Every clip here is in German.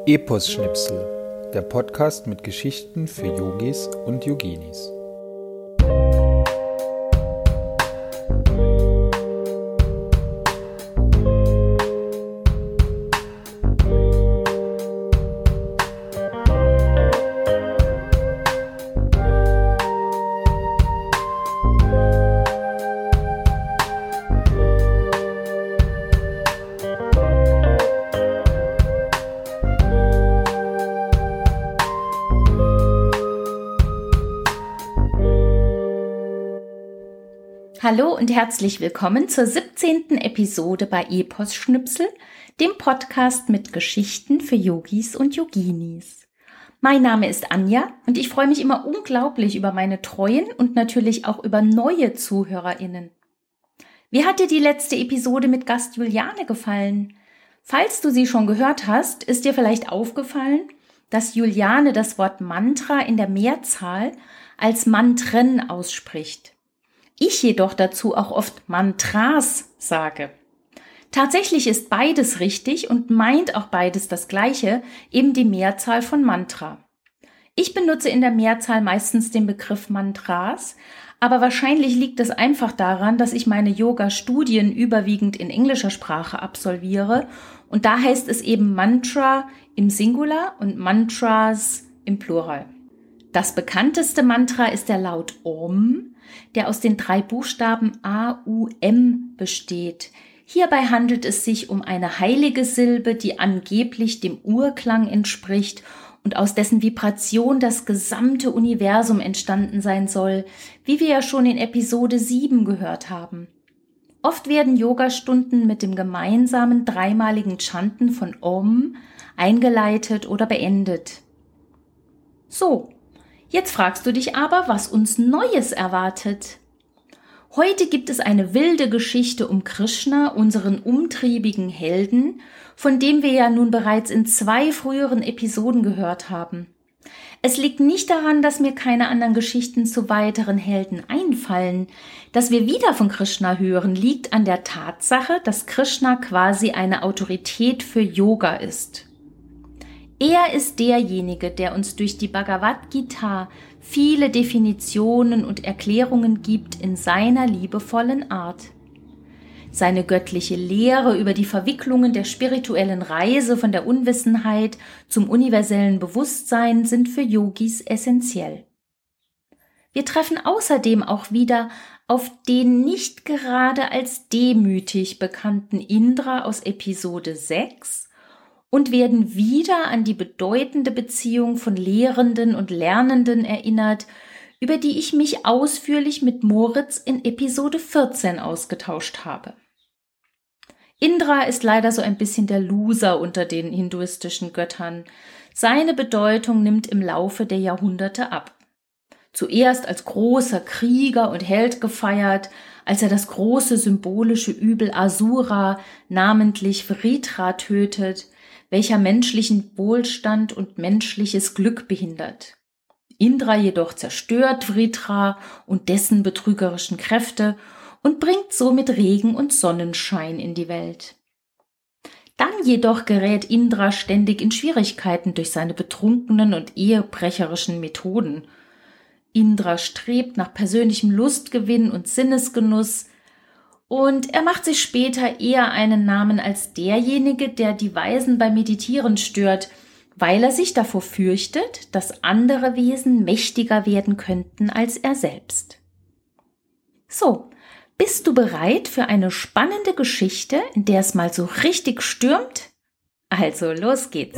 Epos-Schnipsel, der Podcast mit Geschichten für Yogis und Yoginis. Hallo und herzlich willkommen zur 17. Episode bei Epos-Schnipsel, dem Podcast mit Geschichten für Yogis und Yoginis. Mein Name ist Anja und ich freue mich immer unglaublich über meine treuen und natürlich auch über neue ZuhörerInnen. Wie hat dir die letzte Episode mit Gast Juliane gefallen? Falls du sie schon gehört hast, ist dir vielleicht aufgefallen, dass Juliane das Wort Mantra in der Mehrzahl als Mantren ausspricht. Ich jedoch dazu auch oft Mantras sage. Tatsächlich ist beides richtig und meint auch beides das Gleiche, eben die Mehrzahl von Mantra. Ich benutze in der Mehrzahl meistens den Begriff Mantras, aber wahrscheinlich liegt es einfach daran, dass ich meine Yoga-Studien überwiegend in englischer Sprache absolviere und da heißt es eben Mantra im Singular und Mantras im Plural. Das bekannteste Mantra ist der Laut Om, der aus den 3 Buchstaben A-U-M besteht. Hierbei handelt es sich um eine heilige Silbe, die angeblich dem Urklang entspricht und aus dessen Vibration das gesamte Universum entstanden sein soll, wie wir ja schon in Episode 7 gehört haben. Oft werden Yogastunden mit dem gemeinsamen dreimaligen Chanten von Om eingeleitet oder beendet. So. Jetzt fragst du dich aber, was uns Neues erwartet. Heute gibt es eine wilde Geschichte um Krishna, unseren umtriebigen Helden, von dem wir ja nun bereits in 2 früheren Episoden gehört haben. Es liegt nicht daran, dass mir keine anderen Geschichten zu weiteren Helden einfallen. Dass wir wieder von Krishna hören, liegt an der Tatsache, dass Krishna quasi eine Autorität für Yoga ist. Er ist derjenige, der uns durch die Bhagavad Gita viele Definitionen und Erklärungen gibt in seiner liebevollen Art. Seine göttliche Lehre über die Verwicklungen der spirituellen Reise von der Unwissenheit zum universellen Bewusstsein sind für Yogis essentiell. Wir treffen außerdem auch wieder auf den nicht gerade als demütig bekannten Indra aus Episode 6, und werden wieder an die bedeutende Beziehung von Lehrenden und Lernenden erinnert, über die ich mich ausführlich mit Moritz in Episode 14 ausgetauscht habe. Indra ist leider so ein bisschen der Loser unter den hinduistischen Göttern. Seine Bedeutung nimmt im Laufe der Jahrhunderte ab. Zuerst als großer Krieger und Held gefeiert, als er das große symbolische Übel Asura, namentlich Vritra, tötet, welcher menschlichen Wohlstand und menschliches Glück behindert. Indra jedoch zerstört Vritra und dessen betrügerischen Kräfte und bringt somit Regen und Sonnenschein in die Welt. Dann jedoch gerät Indra ständig in Schwierigkeiten durch seine betrunkenen und ehebrecherischen Methoden. Indra strebt nach persönlichem Lustgewinn und Sinnesgenuss, und er macht sich später eher einen Namen als derjenige, der die Weisen beim Meditieren stört, weil er sich davor fürchtet, dass andere Wesen mächtiger werden könnten als er selbst. So, bist du bereit für eine spannende Geschichte, in der es mal so richtig stürmt? Also los geht's!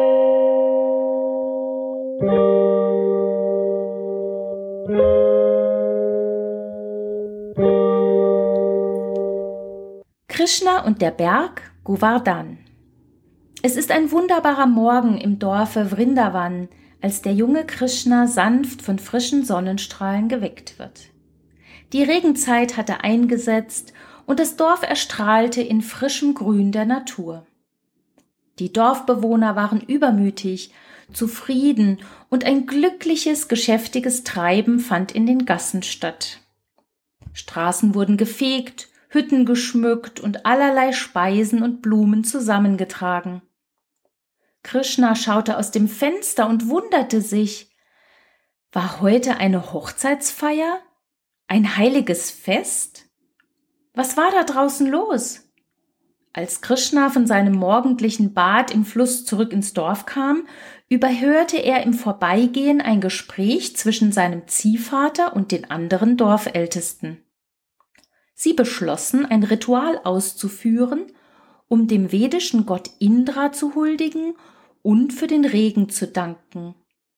Krishna und der Berg Govardhan. Es ist ein wunderbarer Morgen im Dorfe Vrindavan, als der junge Krishna sanft von frischen Sonnenstrahlen geweckt wird. Die Regenzeit hatte eingesetzt und das Dorf erstrahlte in frischem Grün der Natur. Die Dorfbewohner waren übermütig, zufrieden und ein glückliches, geschäftiges Treiben fand in den Gassen statt. Straßen wurden gefegt, Hütten geschmückt und allerlei Speisen und Blumen zusammengetragen. Krishna schaute aus dem Fenster und wunderte sich. War heute eine Hochzeitsfeier? Ein heiliges Fest? Was war da draußen los? Als Krishna von seinem morgendlichen Bad im Fluss zurück ins Dorf kam, überhörte er im Vorbeigehen ein Gespräch zwischen seinem Ziehvater und den anderen Dorfältesten. Sie beschlossen, ein Ritual auszuführen, um dem vedischen Gott Indra zu huldigen und für den Regen zu danken.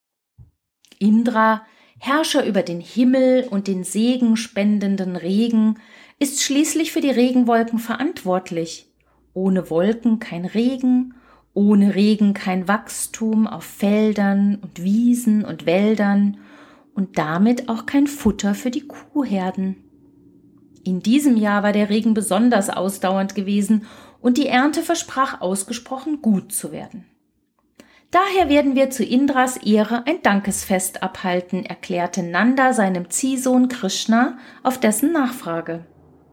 Indra, Herrscher über den Himmel und den segenspendenden Regen, ist schließlich für die Regenwolken verantwortlich. Ohne Wolken kein Regen, ohne Regen kein Wachstum auf Feldern und Wiesen und Wäldern und damit auch kein Futter für die Kuhherden. In diesem Jahr war der Regen besonders ausdauernd gewesen und die Ernte versprach ausgesprochen gut zu werden. Daher werden wir zu Indras Ehre ein Dankesfest abhalten, erklärte Nanda seinem Ziehsohn Krishna auf dessen Nachfrage.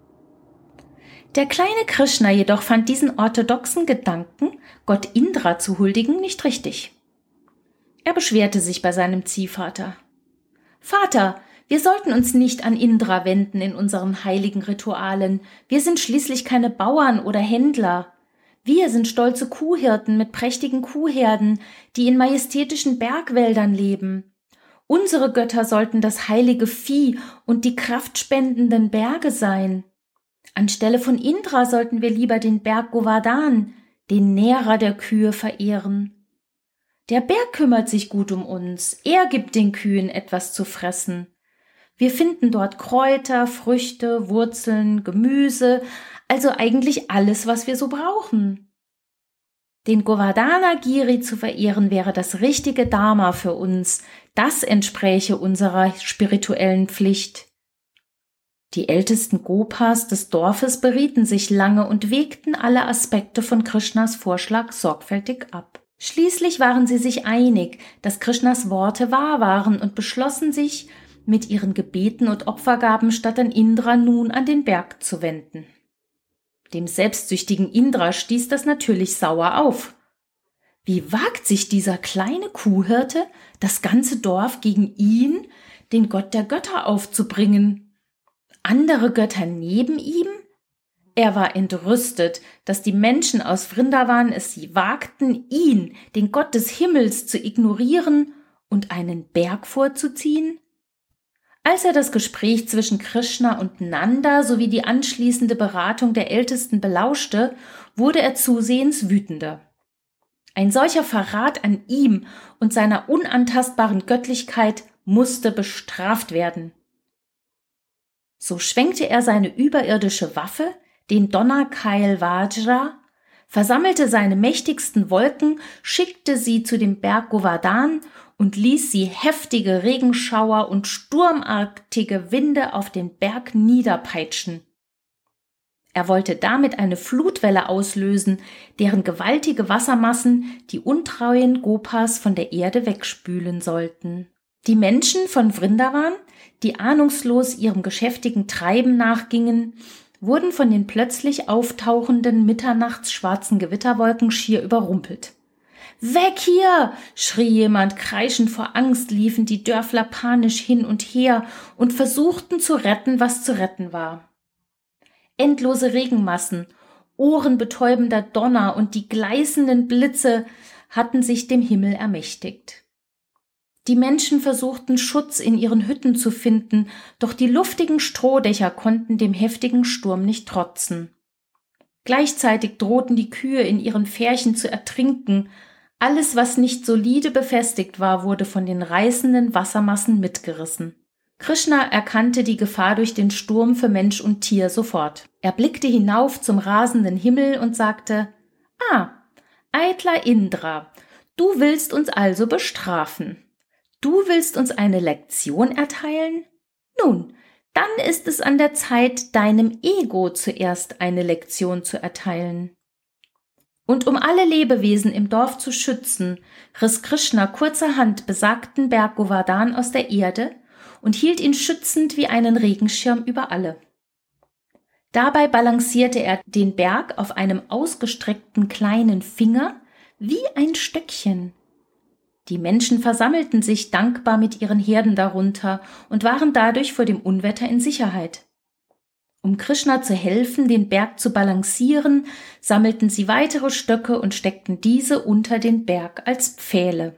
Der kleine Krishna jedoch fand diesen orthodoxen Gedanken, Gott Indra zu huldigen, nicht richtig. Er beschwerte sich bei seinem Ziehvater. Vater, wir sollten uns nicht an Indra wenden in unseren heiligen Ritualen. Wir sind schließlich keine Bauern oder Händler. Wir sind stolze Kuhhirten mit prächtigen Kuhherden, die in majestätischen Bergwäldern leben. Unsere Götter sollten das heilige Vieh und die kraftspendenden Berge sein. Anstelle von Indra sollten wir lieber den Berg Govardhan, den Nährer der Kühe, verehren. Der Berg kümmert sich gut um uns, er gibt den Kühen etwas zu fressen. Wir finden dort Kräuter, Früchte, Wurzeln, Gemüse, also eigentlich alles, was wir so brauchen. Den Govardhana-Giri zu verehren wäre das richtige Dharma für uns, das entspräche unserer spirituellen Pflicht. Die ältesten Gopas des Dorfes berieten sich lange und wägten alle Aspekte von Krishnas Vorschlag sorgfältig ab. Schließlich waren sie sich einig, dass Krishnas Worte wahr waren und beschlossen sich, mit ihren Gebeten und Opfergaben statt an Indra nun an den Berg zu wenden. Dem selbstsüchtigen Indra stieß das natürlich sauer auf. Wie wagt sich dieser kleine Kuhhirte, das ganze Dorf gegen ihn, den Gott der Götter, aufzubringen? Andere Götter neben ihm? Er war entrüstet, dass die Menschen aus Vrindavan es wagten, ihn, den Gott des Himmels, zu ignorieren und einen Berg vorzuziehen. Als er das Gespräch zwischen Krishna und Nanda sowie die anschließende Beratung der Ältesten belauschte, wurde er zusehends wütender. Ein solcher Verrat an ihm und seiner unantastbaren Göttlichkeit musste bestraft werden. So schwenkte er seine überirdische Waffe, den Donnerkeil Vajra, versammelte seine mächtigsten Wolken, schickte sie zu dem Berg Govardhan und ließ sie heftige Regenschauer und sturmartige Winde auf den Berg niederpeitschen. Er wollte damit eine Flutwelle auslösen, deren gewaltige Wassermassen die untreuen Gopas von der Erde wegspülen sollten. Die Menschen von Vrindavan, die ahnungslos ihrem geschäftigen Treiben nachgingen, wurden von den plötzlich auftauchenden mitternachtsschwarzen Gewitterwolken schier überrumpelt. »Weg hier!« schrie jemand, kreischend vor Angst liefen die Dörfler panisch hin und her und versuchten zu retten, was zu retten war. Endlose Regenmassen, ohrenbetäubender Donner und die gleißenden Blitze hatten sich dem Himmel ermächtigt. Die Menschen versuchten Schutz in ihren Hütten zu finden, doch die luftigen Strohdächer konnten dem heftigen Sturm nicht trotzen. Gleichzeitig drohten die Kühe in ihren Färchen zu ertrinken. Alles, was nicht solide befestigt war, wurde von den reißenden Wassermassen mitgerissen. Krishna erkannte die Gefahr durch den Sturm für Mensch und Tier sofort. Er blickte hinauf zum rasenden Himmel und sagte: Eitler Indra, du willst uns also bestrafen. Du willst uns eine Lektion erteilen? Nun, dann ist es an der Zeit, deinem Ego zuerst eine Lektion zu erteilen. Und um alle Lebewesen im Dorf zu schützen, riss Krishna kurzerhand besagten Berg Govardhan aus der Erde und hielt ihn schützend wie einen Regenschirm über alle. Dabei balancierte er den Berg auf einem ausgestreckten kleinen Finger, wie ein Stöckchen. Die Menschen versammelten sich dankbar mit ihren Herden darunter und waren dadurch vor dem Unwetter in Sicherheit. Um Krishna zu helfen, den Berg zu balancieren, sammelten sie weitere Stöcke und steckten diese unter den Berg als Pfähle.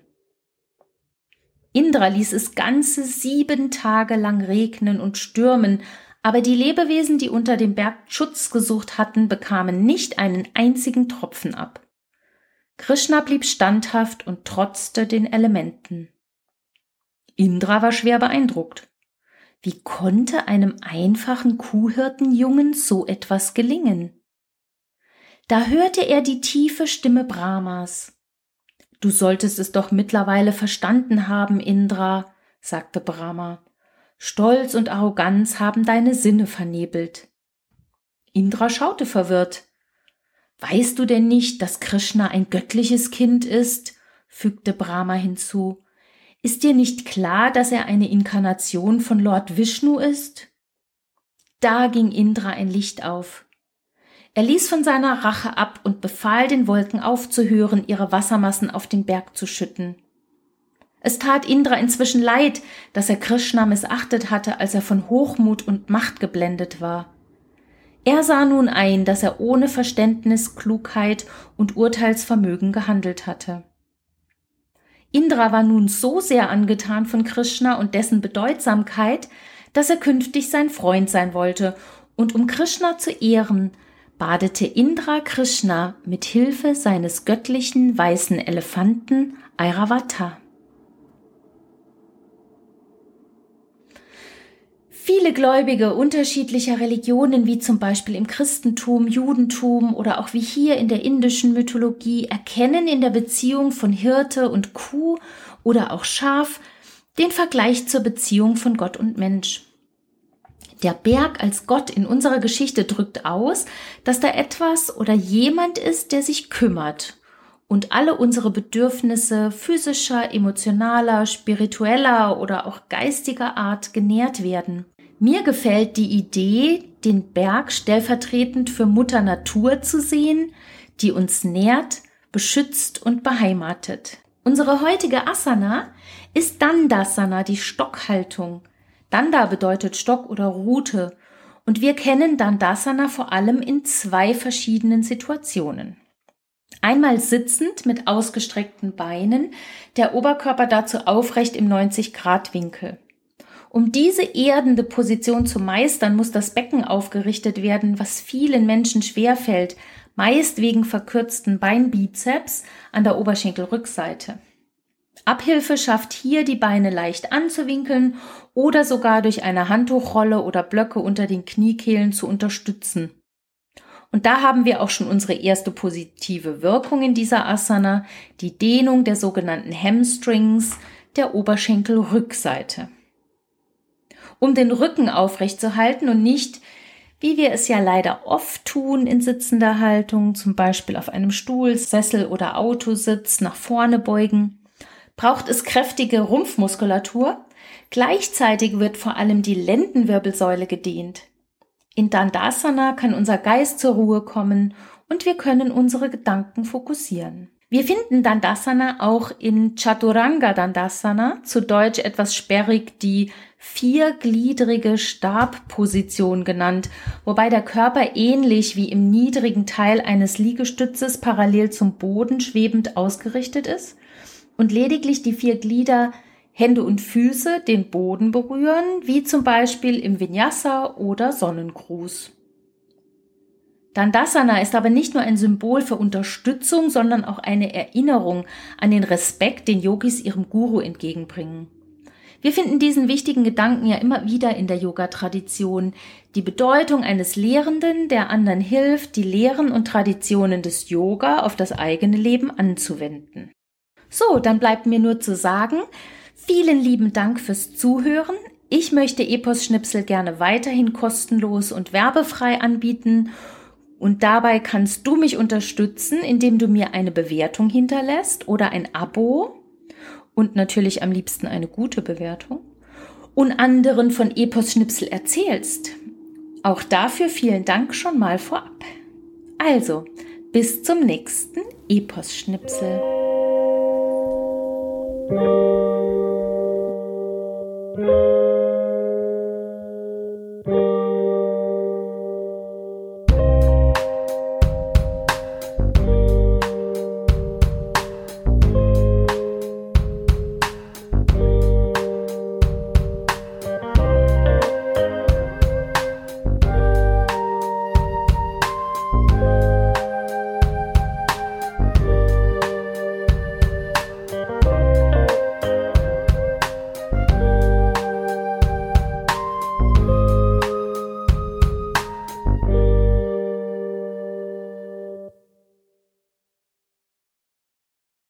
Indra ließ es ganze 7 Tage lang regnen und stürmen, aber die Lebewesen, die unter dem Berg Schutz gesucht hatten, bekamen nicht einen einzigen Tropfen ab. Krishna blieb standhaft und trotzte den Elementen. Indra war schwer beeindruckt. Wie konnte einem einfachen Kuhhirtenjungen so etwas gelingen? Da hörte er die tiefe Stimme Brahmas. »Du solltest es doch mittlerweile verstanden haben, Indra«, sagte Brahma. »Stolz und Arroganz haben deine Sinne vernebelt.« Indra schaute verwirrt. »Weißt du denn nicht, dass Krishna ein göttliches Kind ist?«, fügte Brahma hinzu. »Ist dir nicht klar, dass er eine Inkarnation von Lord Vishnu ist?« Da ging Indra ein Licht auf. Er ließ von seiner Rache ab und befahl den Wolken aufzuhören, ihre Wassermassen auf den Berg zu schütten. Es tat Indra inzwischen leid, dass er Krishna missachtet hatte, als er von Hochmut und Macht geblendet war. Er sah nun ein, dass er ohne Verständnis, Klugheit und Urteilsvermögen gehandelt hatte. Indra war nun so sehr angetan von Krishna und dessen Bedeutsamkeit, dass er künftig sein Freund sein wollte, und um Krishna zu ehren, badete Indra Krishna mit Hilfe seines göttlichen weißen Elefanten Airavata. Viele Gläubige unterschiedlicher Religionen, wie zum Beispiel im Christentum, Judentum oder auch wie hier in der indischen Mythologie, erkennen in der Beziehung von Hirte und Kuh oder auch Schaf den Vergleich zur Beziehung von Gott und Mensch. Der Berg als Gott in unserer Geschichte drückt aus, dass da etwas oder jemand ist, der sich kümmert und alle unsere Bedürfnisse physischer, emotionaler, spiritueller oder auch geistiger Art genährt werden. Mir gefällt die Idee, den Berg stellvertretend für Mutter Natur zu sehen, die uns nährt, beschützt und beheimatet. Unsere heutige Asana ist Dandasana, die Stockhaltung. Danda bedeutet Stock oder Rute und wir kennen Dandasana vor allem in 2 verschiedenen Situationen. Einmal sitzend mit ausgestreckten Beinen, der Oberkörper dazu aufrecht im 90-Grad-Winkel. Um diese erdende Position zu meistern, muss das Becken aufgerichtet werden, was vielen Menschen schwerfällt, meist wegen verkürzten Beinbizeps an der Oberschenkelrückseite. Abhilfe schafft hier, die Beine leicht anzuwinkeln oder sogar durch eine Handtuchrolle oder Blöcke unter den Kniekehlen zu unterstützen. Und da haben wir auch schon unsere erste positive Wirkung in dieser Asana, die Dehnung der sogenannten Hamstrings der Oberschenkelrückseite. Um den Rücken aufrechtzuerhalten und nicht, wie wir es ja leider oft tun in sitzender Haltung, zum Beispiel auf einem Stuhl, Sessel oder Autositz nach vorne beugen, braucht es kräftige Rumpfmuskulatur. Gleichzeitig wird vor allem die Lendenwirbelsäule gedehnt. In Dandasana kann unser Geist zur Ruhe kommen und wir können unsere Gedanken fokussieren. Wir finden Dandasana auch in Chaturanga Dandasana, zu Deutsch etwas sperrig die 4gliedrige Stabposition genannt, wobei der Körper ähnlich wie im niedrigen Teil eines Liegestützes parallel zum Boden schwebend ausgerichtet ist und lediglich die 4 Glieder, Hände und Füße den Boden berühren, wie zum Beispiel im Vinyasa oder Sonnengruß. Dandasana ist aber nicht nur ein Symbol für Unterstützung, sondern auch eine Erinnerung an den Respekt, den Yogis ihrem Guru entgegenbringen. Wir finden diesen wichtigen Gedanken ja immer wieder in der Yoga-Tradition. Die Bedeutung eines Lehrenden, der anderen hilft, die Lehren und Traditionen des Yoga auf das eigene Leben anzuwenden. So, dann bleibt mir nur zu sagen, vielen lieben Dank fürs Zuhören. Ich möchte Epos-Schnipsel gerne weiterhin kostenlos und werbefrei anbieten. Und dabei kannst du mich unterstützen, indem du mir eine Bewertung hinterlässt oder ein Abo und natürlich am liebsten eine gute Bewertung und anderen von Epos-Schnipsel erzählst. Auch dafür vielen Dank schon mal vorab. Also, bis zum nächsten Epos-Schnipsel.